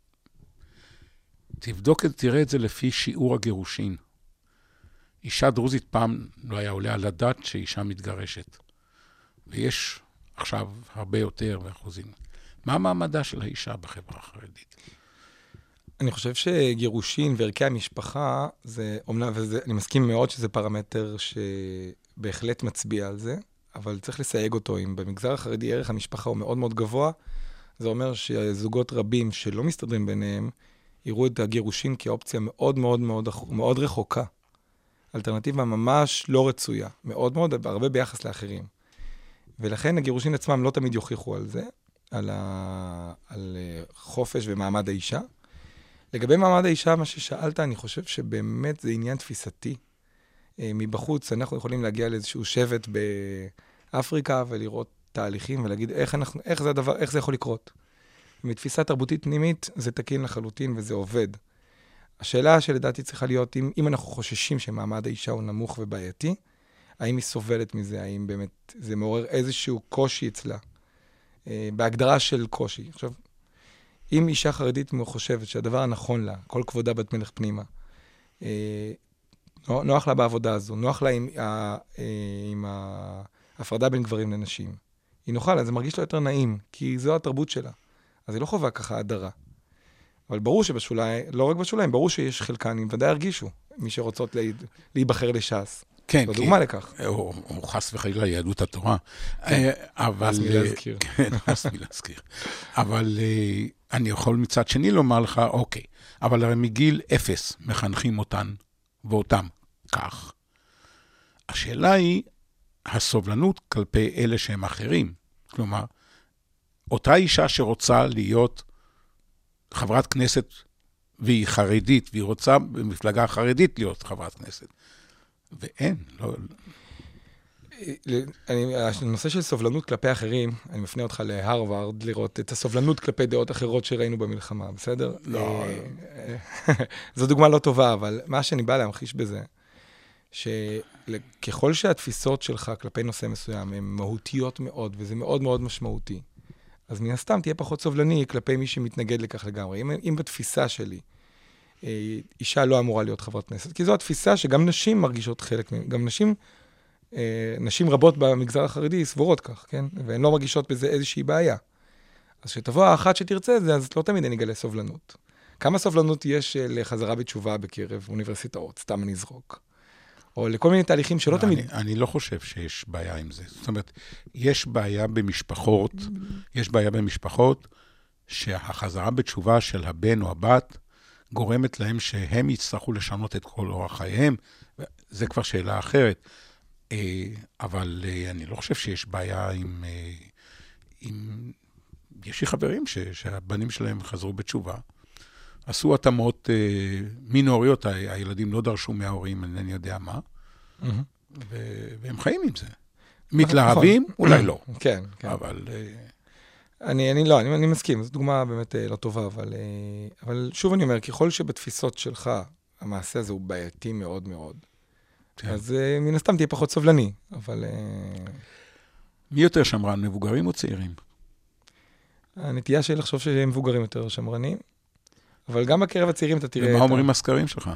תראה את זה לפי שיעור הגירושין. אישה דרוזית פעם לא היה עולה על הדעת שאישה מתגרשת. ויש עכשיו הרבה יותר באחוזים. מה המעמדה של האישה בחברה החרדית? אני חושב שגירושין וערכי המשפחה, אני מסכים מאוד שזה פרמטר שבהחלט מצביע על זה, אבל צריך לסייג אותו. אם במגזר החרדי ערך המשפחה הוא מאוד מאוד גבוה, זה אומר שזוגות רבים שלא מסתדרים ביניהם, יראו את הגירושין כאופציה מאוד מאוד מאוד, מאוד רחוקה. אלטרנטיבה ממש לא רצויה, מאוד מאוד, הרבה ביחס לאחרים. ולכן הגירושין עצמם לא תמיד יוכיחו על זה, על חופש ומעמד האישה. לגבי מעמד האישה, מה ששאלת, אני חושב שבאמת זה עניין תפיסתי. מבחוץ אנחנו יכולים להגיע לאיזשהו שבט באפריקה ולראות תהליכים ולהגיד איך זה יכול לקרות. מתפיסה תרבותית פנימית זה תקין לחלוטין וזה עובד. השאלה שלדעתי צריכה להיות, אם אנחנו חוששים שמעמד האישה הוא נמוך ובעייתי, האם היא סובלת מזה, האם באמת זה מעורר איזשהו קושי אצלה, בהגדרה של קושי. עכשיו, אם אישה חרדית חושבת שהדבר הנכון לה, כל כבודה בת מלך פנימה, נוח לה בעבודה הזו, נוח לה עם ההפרדה בין גברים לנשים. היא נוחה לה, זה מרגיש לה יותר נעים, כי זו התרבות שלה. אז היא לא חובה ככה הדרה. אבל ברור שבשוליים, לא רק בשוליים, ברור שיש חלקן, הם ודאי הרגישו. מי שרוצות להיבחר לש"ס. כן, זו דוגמה לכך. או חס וחלילה יהדות התורה. אבל... חס מלהזכיר. כן, חס מלהזכיר. אבל אני יכול מצד שני לומר לך, אוקיי, אבל הרי מגיל 0 מחנכים אותן ואותם כך. השאלה היא הסובלנות כלפי אלה שהם אחרים. כלומר, אותה אישה שרוצה להיות חברת כנסת והיא חרדית, והיא רוצה במפלגה חרדית להיות חברת כנסת. ואין, לא... הנושא של סובלנות כלפי אחרים, אני מפנה אותך להרווארד, לראות את הסובלנות כלפי דעות אחרות שראינו במלחמה, בסדר? לא. זו דוגמה לא טובה, אבל מה שאני בא להמחיש בזה, שככל שהתפיסות שלך כלפי נושא מסוים הן מהותיות מאוד, וזה מאוד מאוד משמעותי, אז מן הסתם תהיה פחות סובלני כלפי מי שמתנגד לכך לגמרי. אם בתפיסה שלי, אישה לא אמורה להיות חברת כנסת, כי זו התפיסה שגם נשים מרגישות חלק מהם, גם נשים רבות במגזר החרדי סבורות כך, כן? והן לא מרגישות בזה איזושהי בעיה. אז שתבוא האחת שתרצה את זה, אז לא תמיד אני אגלה סובלנות. כמה סובלנות יש לחזרה בתשובה בקרב אוניברסיטאות, סתם אני אזרוק. או לכל מיני תהליכים שלא תמיד... אני לא חושב שיש בעיה עם זה. זאת אומרת, יש בעיה במשפחות, שהחזרה בתשובה של הבן או הבת, גורמת להם שהם יצטרכו לשנות את כל אורח חייהם. זה כבר שאלה אחרת. אבל אני לא חושב שיש בעיה עם... יש לי חברים שהבנים שלהם חזרו בתשובה. עשו התאמות מינוריות, הילדים לא דרשו מההורים, אני יודע מה, והם חיים עם זה. מתלהבים? אולי לא. כן. אבל... אני מסכים, זו דוגמה באמת לא טובה, אבל שוב אני אומר, ככל שבתפיסות שלך, המעשה הזה הוא בעייתי מאוד מאוד, אז מן הסתם תהיה פחות סובלני, אבל... מי יותר שמרן, מבוגרים או צעירים? הנטייה שלי לחשוב שהם מבוגרים יותר שמרנים, אבל גם בקרב הצעירים אתה תראה... ומה אומרים הסקרים שלך?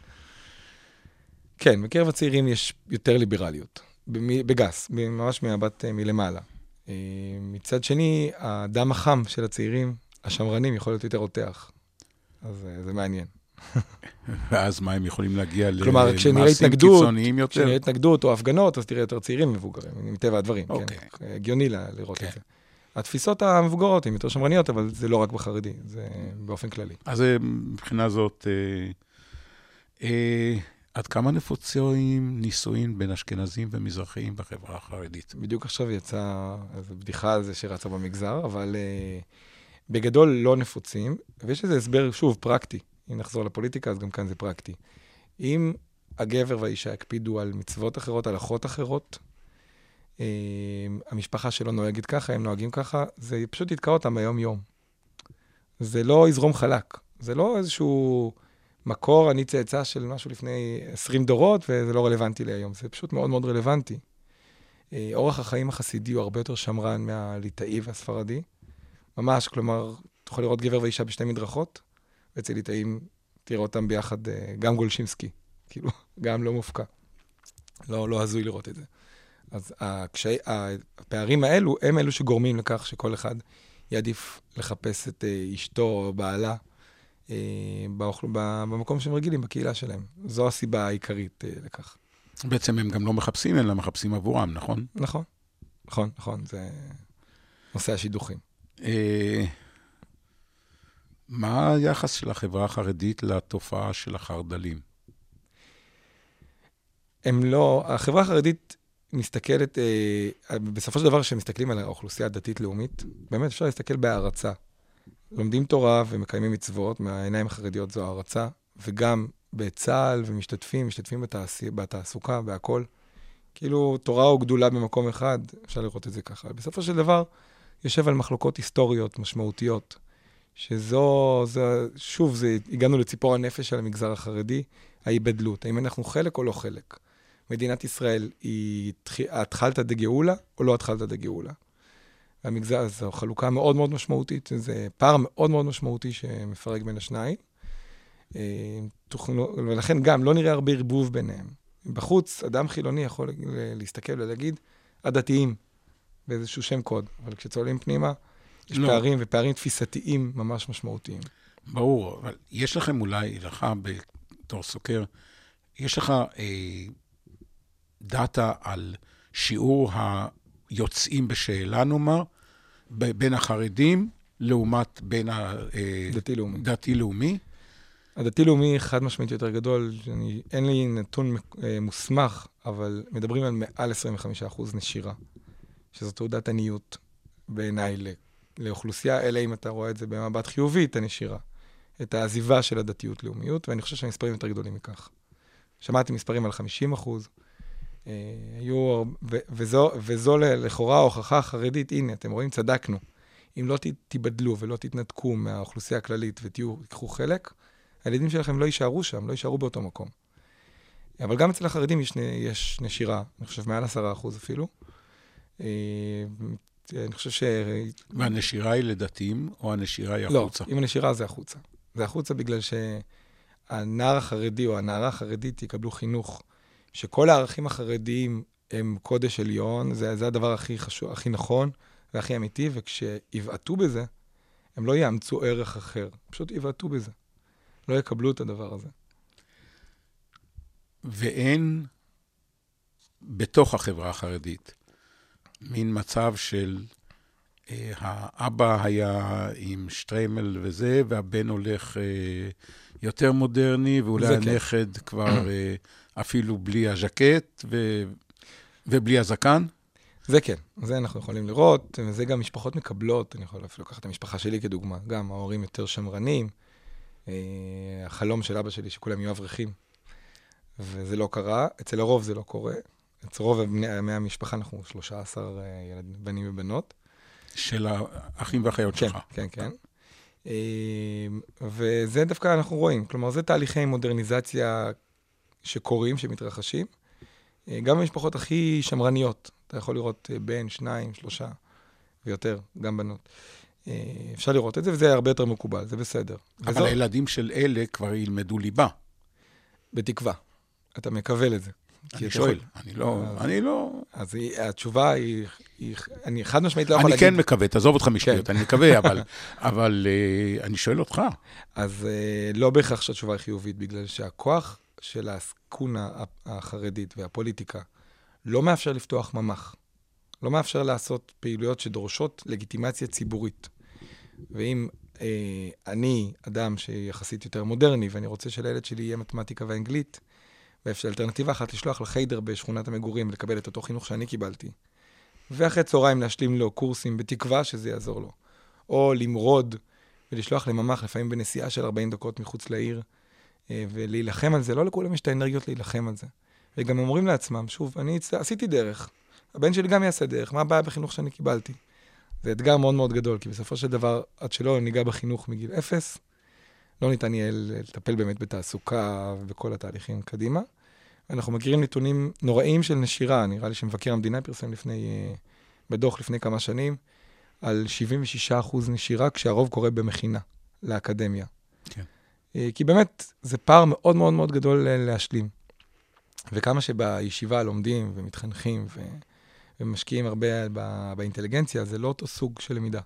כן, בקרב הצעירים יש יותר ליברליות, בגס, ממש מהבט מלמעלה. מצד שני, הדם החם של הצעירים, השמרנים, יכול להיות יותר רותח. אז זה מעניין. ואז מה, הם יכולים להגיע למעשים קיצוניים יותר? כשנראה התנגדות או הפגנות, אז תראה יותר צעירים מבוגרים, מטבע הדברים. הגיוני לראות את זה. התפיסות המבוגרות הן יותר שמרניות, אבל זה לא רק בחרדי, זה באופן כללי. אז מבחינה זאת, עד כמה נפוצים נישואין בין אשכנזים ומזרחיים בחברה החרדית? בדיוק עכשיו יצאה איזו בדיחה על זה שרצה במגזר, אבל בגדול לא נפוצים, ויש איזה הסבר, שוב, פרקטי. אם נחזור לפוליטיקה, אז גם כאן זה פרקטי. אם הגבר והאישה הקפידו על מצוות אחרות, על הלכות אחרות, המשפחה שלא נוהגת ככה, הם נוהגים ככה, זה פשוט יתקע אותם ביום-יום. זה לא יזרום חלק. זה לא איזשהו מקור, אני צאצא של משהו לפני 20 דורות, וזה לא רלוונטי לי היום. זה פשוט מאוד מאוד רלוונטי. אורח החיים החסידי הוא הרבה יותר שמרן מהליטאי והספרדי. ממש, כלומר, תוכל לראות גבר ואישה בשתי מדרכות, ואצל ליטאים תראה אותם ביחד, גם גולשינסקי, כאילו, גם לא מופקע. לא הזוי לראות את זה. אז הפערים האלו, הם אלו שגורמים לכך שכל אחד יעדיף לחפש את אשתו או בעלה במקום שהם רגילים, בקהילה שלהם. זו הסיבה העיקרית לכך. בעצם הם גם לא מחפשים, אלא מחפשים עבורם, נכון? נכון. זה נושא השידוכים. מה היחס של החברה החרדית לתופעה של החרדלים? החברה החרדית מסתכלת, בסופו של דבר שמסתכלים על האוכלוסייה הדתית-לאומית, באמת אפשר להסתכל בהערצה. לומדים תורה ומקיימים מצוות, מהעיניים החרדיות זו הערצה, וגם בצה"ל ומשתתפים בתעסוקה, בהכל. כאילו תורה או גדולה במקום אחד, אפשר לראות את זה ככה. בסופו של דבר, יושב על מחלוקות היסטוריות משמעותיות, שוב, הגענו לציפור הנפש של המגזר החרדי, ההיבדלות. האם אנחנו חלק או לא חלק? מדינת ישראל היא התחלת דגאולה או לא התחלת דגאולה? המגזר, זו חלוקה מאוד מאוד משמעותית, זה פער מאוד מאוד משמעותי שמפרק בין השניים, ולכן גם לא נראה הרבה ערבוב ביניהם. בחוץ, אדם חילוני יכול להסתכל ולהגיד, הדתיים, באיזשהו שם קוד, אבל כשצוללים פנימה, יש פערים ופערים תפיסתיים ממש משמעותיים. ברור, אבל יש לכם אולי, לך בתור סוקר, יש לך דאטה על שיעור היוצאים בשאלה, נאמר, בין החרדים, לעומת בין הדתי-לאומי? הדתי-לאומי חד משמעית יותר גדול, אין לי נתון מוסמך, אבל מדברים על מעל 25% נשירה, שזו תעודת עניות בעיניי לאוכלוסייה, אלא אם אתה רואה את זה במבט חיובי, את הנשירה, את העזיבה של הדתיות-לאומיות, ואני חושב שהמספרים יותר גדולים מכך. שמעתי מספרים על 50%, וזו לכאורה ההוכחה חרדית, הנה, אתם רואים, צדקנו. אם לא תיבדלו ולא תתנתקו מהאוכלוסייה הכללית ותיקחו חלק, הילדים שלכם לא יישארו שם, לא יישארו באותו מקום. אבל גם אצל החרדים יש נשירה, אני חושב מעל 10% אפילו. אני חושב והנשירה היא לדתיים, או הנשירה היא החוצה? לא, אם הנשירה זה החוצה. זה החוצה בגלל שהנער החרדי או הנערה החרדית יקבלו חינוך, שכל הערכים החרדיים הם קודש עליון, זה הדבר הכי חשוב, הכי נכון והכי אמיתי, וכשיבעטו בזה, הם לא יאמצו ערך אחר, פשוט יבעטו בזה. לא יקבלו את הדבר הזה. ואין בתוך החברה החרדית מין מצב של האבא היה עם שטריימל וזה, והבן הולך יותר מודרני, ואולי הנכד כבר אפילו בלי הז'קט ובלי הזקן. זה כן, זה אנחנו יכולים לראות, וזה גם משפחות מקבלות, אני יכול אפילו לקחת את המשפחה שלי כדוגמה, גם ההורים יותר שמרנים, החלום של אבא שלי שכולם יהיו אברכים, וזה לא קרה, אצל הרוב זה לא קורה, אצל רוב מהמשפחה אנחנו 13 בנים ובנות. של האחים והאחיות שלך. כן, כן. וזה דווקא אנחנו רואים, כלומר זה תהליכי מודרניזציה שקורים, שמתרחשים, גם במשפחות הכי שמרניות, אתה יכול לראות בן, 2, 3 ויותר, גם בנות. אפשר לראות את זה, וזה הרבה יותר מקובל, זה בסדר. אבל הילדים של אלה כבר ילמדו ליבה. בתקווה. אתה מקבל את זה. אני שואל, אני לא... אז התשובה היא, אני חד משמעית לא יכול להגיד... אני כן מקווה, תעזוב אותך משפטיות, אני מקווה, אבל אני שואל אותך. אז לא בהכרח שהתשובה היא חיובית, בגלל שהכוח של הסקונה החרדית והפוליטיקה לא מאפשר לפתוח ממח. לא מאפשר לעשות פעילויות שדורשות לגיטימציה ציבורית. ואם אני אדם שיחסית יותר מודרני, ואני רוצה שלילד שלי יהיה מתמטיקה ואנגלית, ואפשר אלטרנטיבה אחת לשלוח לחיידר בשכונת המגורים ולקבל את אותו חינוך שאני קיבלתי. ואחרי צהריים להשלים לו קורסים בתקווה שזה יעזור לו. או למרוד ולשלוח לממח לפעמים בנסיעה של 40 דקות מחוץ לעיר, ולהילחם על זה. לא לכולם יש את האנרגיות להילחם על זה. וגם אומרים לעצמם, שוב, אני עשיתי דרך. הבן שלי גם יעשה דרך. מה הבעיה בחינוך שאני קיבלתי? זה אתגר מאוד מאוד גדול, כי בסופו של דבר, עד שלא ניגע בחינוך מגיל 0, לא ניתן יהיה לטפל באמת בתעסוקה וכל התהליכים קדימה. אנחנו מכירים נתונים נוראים של נשירה, נראה לי שמבקר המדינה פרסם בדוח לפני כמה שנים, על 76% נשירה, כשהרוב קורה במכינה לאקדמיה. כן. כי באמת, זה פער מאוד מאוד מאוד גדול להשלים. וכמה שבישיבה לומדים ומתחנכים ומשקיעים הרבה באינטליגנציה, זה לא אותו סוג של למידה.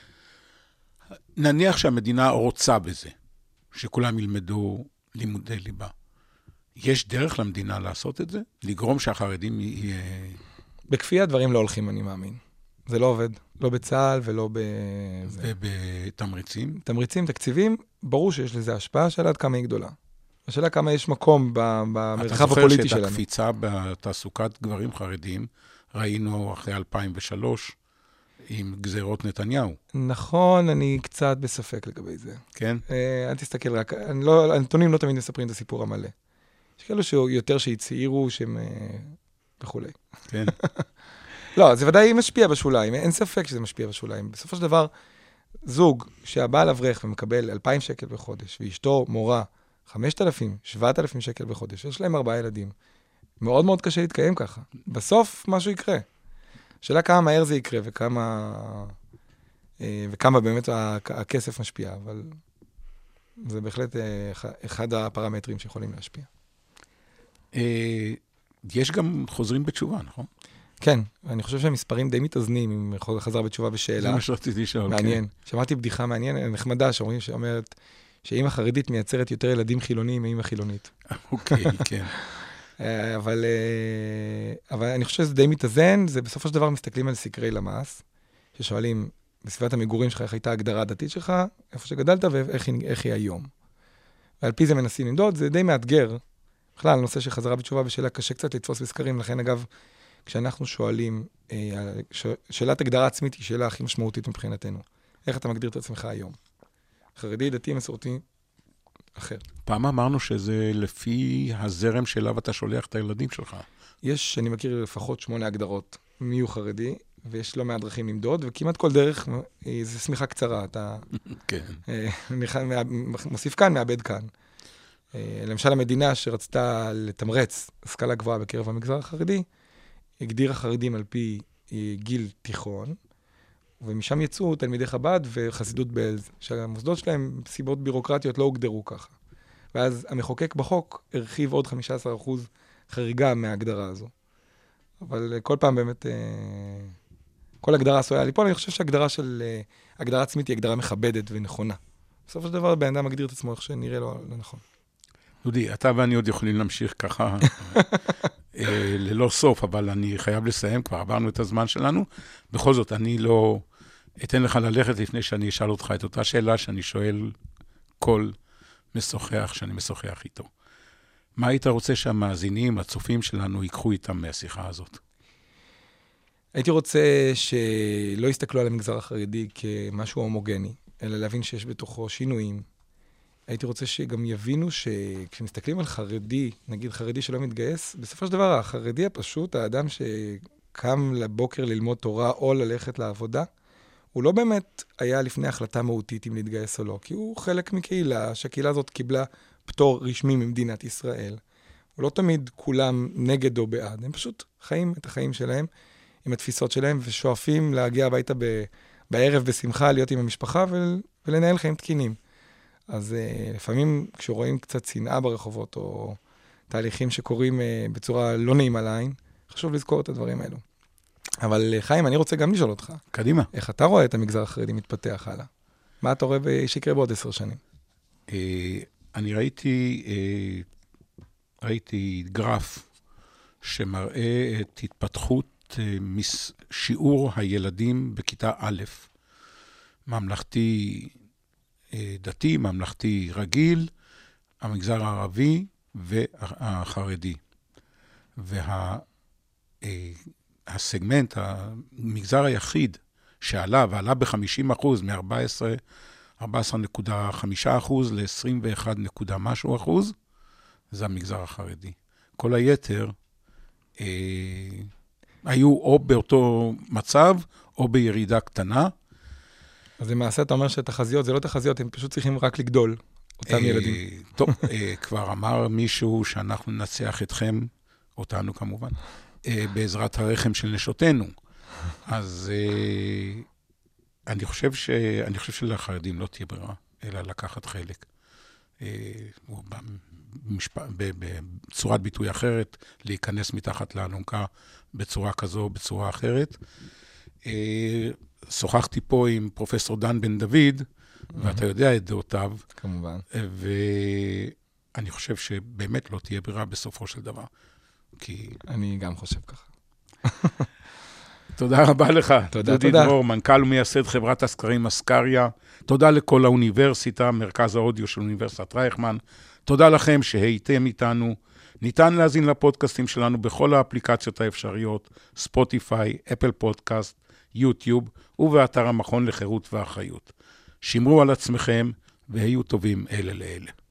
נניח שהמדינה רוצה בזה, שכולם ילמדו לימודי ליבה. יש דרך למדינה לעשות את זה? לגרום שהחרדים יהיה... בכפייה דברים לא הולכים, אני מאמין. זה לא עובד. לא בצה"ל ולא ב... ובתמריצים? תמריצים, תקציבים, ברור שיש לזה השפעה, שאלה עד כמה היא גדולה. השאלה כמה יש מקום במרחב הפוליטי שלנו. אתה זוכר שאת הקפיצה בתעסוקת גברים חרדים, ראינו אחרי 2003, עם גזירות נתניהו. נכון, אני קצת בספק לגבי זה. כן? אל תסתכל רק, הנתונים לא תמיד מספרים את הסיפור המלא. יש כאלו שיותר שהצעירו שהם וכו'. כן. לא, זה ודאי משפיע בשוליים, אין ספק שזה משפיע בשוליים. בסופו של דבר, זוג שהבעל אברך ומקבל 2,000 שקל בחודש, ואשתו מורה 5,000, 7,000 שקל בחודש, יש להם 4 ילדים. מאוד מאוד קשה להתקיים ככה. בסוף משהו יקרה. השאלה כמה מהר זה יקרה וכמה באמת הכסף משפיע, אבל זה בהחלט אחד הפרמטרים שיכולים להשפיע. יש גם חוזרים בתשובה, נכון? כן, אני חושב שהמספרים די מתאזנים עם חזר בתשובה בשאלה. זה מה שרציתי לשאול. מעניין. שמעתי בדיחה מעניינת, נחמדה, שאומרת שאמא חרדית מייצרת יותר ילדים חילוניים מאמא חילונית. אוקיי, כן. אבל אני חושב שזה די מתאזן, זה בסופו של דבר מסתכלים על סקרי למ"ס, ששואלים, בסביבת המגורים שלך, איך הייתה ההגדרה הדתית שלך, איפה שגדלת ואיך היא היום. ועל פי זה מנסים למדוד, זה די מאתגר. בכלל, הנושא של חזרה בתשובה ושאלה קשה קצת לתפוס בסקרים, לכן אגב, כשאנחנו שואלים, שאלת הגדרה עצמית היא שאלה הכי משמעותית מבחינתנו. איך אתה מגדיר את עצמך היום? חרדי, דתי, מסורתי, אחר. פעם אמרנו שזה לפי הזרם שאליו אתה שולח את הילדים שלך. אני מכיר לפחות 8 הגדרות מי הוא חרדי, ויש לא מעט דרכים למדוד, וכמעט כל דרך זה סמיכה קצרה. אתה מוסיף כאן, מאבד כאן. למשל, המדינה שרצתה לתמרץ השכלה גבוהה בקרב המגזר החרדי, הגדירה חרדים על פי גיל תיכון, ומשם יצאו תלמידי חב"ד וחסידות בעלז, שהמוסדות שלהם, סיבות בירוקרטיות, לא הוגדרו ככה. ואז המחוקק בחוק הרחיב עוד 15% חריגה מההגדרה הזו. אבל כל פעם באמת, כל הגדרה עשויה ליפול, אני חושב שהגדרה של הגדרה עצמית היא הגדרה מכבדת ונכונה. בסופו של דבר, בן אדם מגדיר את עצמו איך שנראה לו נכון. דודי, אתה ואני עוד יכולים להמשיך ככה ללא סוף, אבל אני חייב לסיים, כבר עברנו את הזמן שלנו. בכל זאת, אני לא אתן לך ללכת לפני שאני אשאל אותך את אותה שאלה שאני שואל כל משוחח שאני משוחח איתו. מה היית רוצה שהמאזינים, הצופים שלנו, ייקחו איתם מהשיחה הזאת? הייתי רוצה שלא יסתכלו על המגזר החרדי כמשהו הומוגני, אלא להבין שיש בתוכו שינויים. הייתי רוצה שגם יבינו שכשמסתכלים על חרדי, נגיד חרדי שלא מתגייס, בסופו של דבר החרדי הפשוט, האדם שקם לבוקר ללמוד תורה או ללכת לעבודה, הוא לא באמת היה לפני החלטה מהותית אם להתגייס או לא, כי הוא חלק מקהילה, שהקהילה הזאת קיבלה פטור רשמי ממדינת ישראל. הוא לא תמיד כולם נגד או בעד, הם פשוט חיים את החיים שלהם, עם התפיסות שלהם, ושואפים להגיע הביתה בערב בשמחה, להיות עם המשפחה ולנהל חיים תקינים. אז לפעמים כשרואים קצת שנאה ברחובות, או תהליכים שקורים בצורה לא נעימה לעין, חשוב לזכור את הדברים האלו. אבל חיים, אני רוצה גם לשאול אותך. קדימה. איך אתה רואה את המגזר החרדי מתפתח הלאה? מה אתה רואה שיקרה בעוד 10 שנים? אני ראיתי גרף שמראה את התפתחות שיעור הילדים בכיתה א', ממלכתי דתי, ממלכתי רגיל, המגזר הערבי והחרדי. והסגמנט, המגזר היחיד שעלה, ועלה ב-50% מ-14.5% ל-21 משהו אחוז, זה המגזר החרדי. כל היתר היו או באותו מצב, או בירידה קטנה. אז למעשה אתה אומר שתחזיות זה לא תחזיות, הם פשוט צריכים רק לגדול, אותם ילדים. טוב, כבר אמר מישהו שאנחנו נצח אתכם, אותנו כמובן, בעזרת הרחם של נשותינו. אז אני חושב שלחרדים לא תהיה ברירה, אלא לקחת חלק. בצורת ביטוי אחרת, להיכנס מתחת לאלונקה בצורה כזו או בצורה אחרת. שוחחתי פה עם פרופסור דן בן דוד, ואתה יודע את דעותיו. כמובן. ואני חושב שבאמת לא תהיה ברירה בסופו של דבר. אני גם חושב ככה. תודה רבה לך. תודה. דודי דרור, מנכ"ל ומייסד חברת הסקרים אסקריה. תודה לכל האוניברסיטה, מרכז האודיו של אוניברסיטת רייכמן. תודה לכם שהייתם איתנו. ניתן להזין לפודקאסטים שלנו בכל האפליקציות האפשריות, ספוטיפיי, אפל פודקאסט, יוטיוב, ובאתר המכון לחירות ואחריות. שמרו על עצמכם והיו טובים אלה לאלה.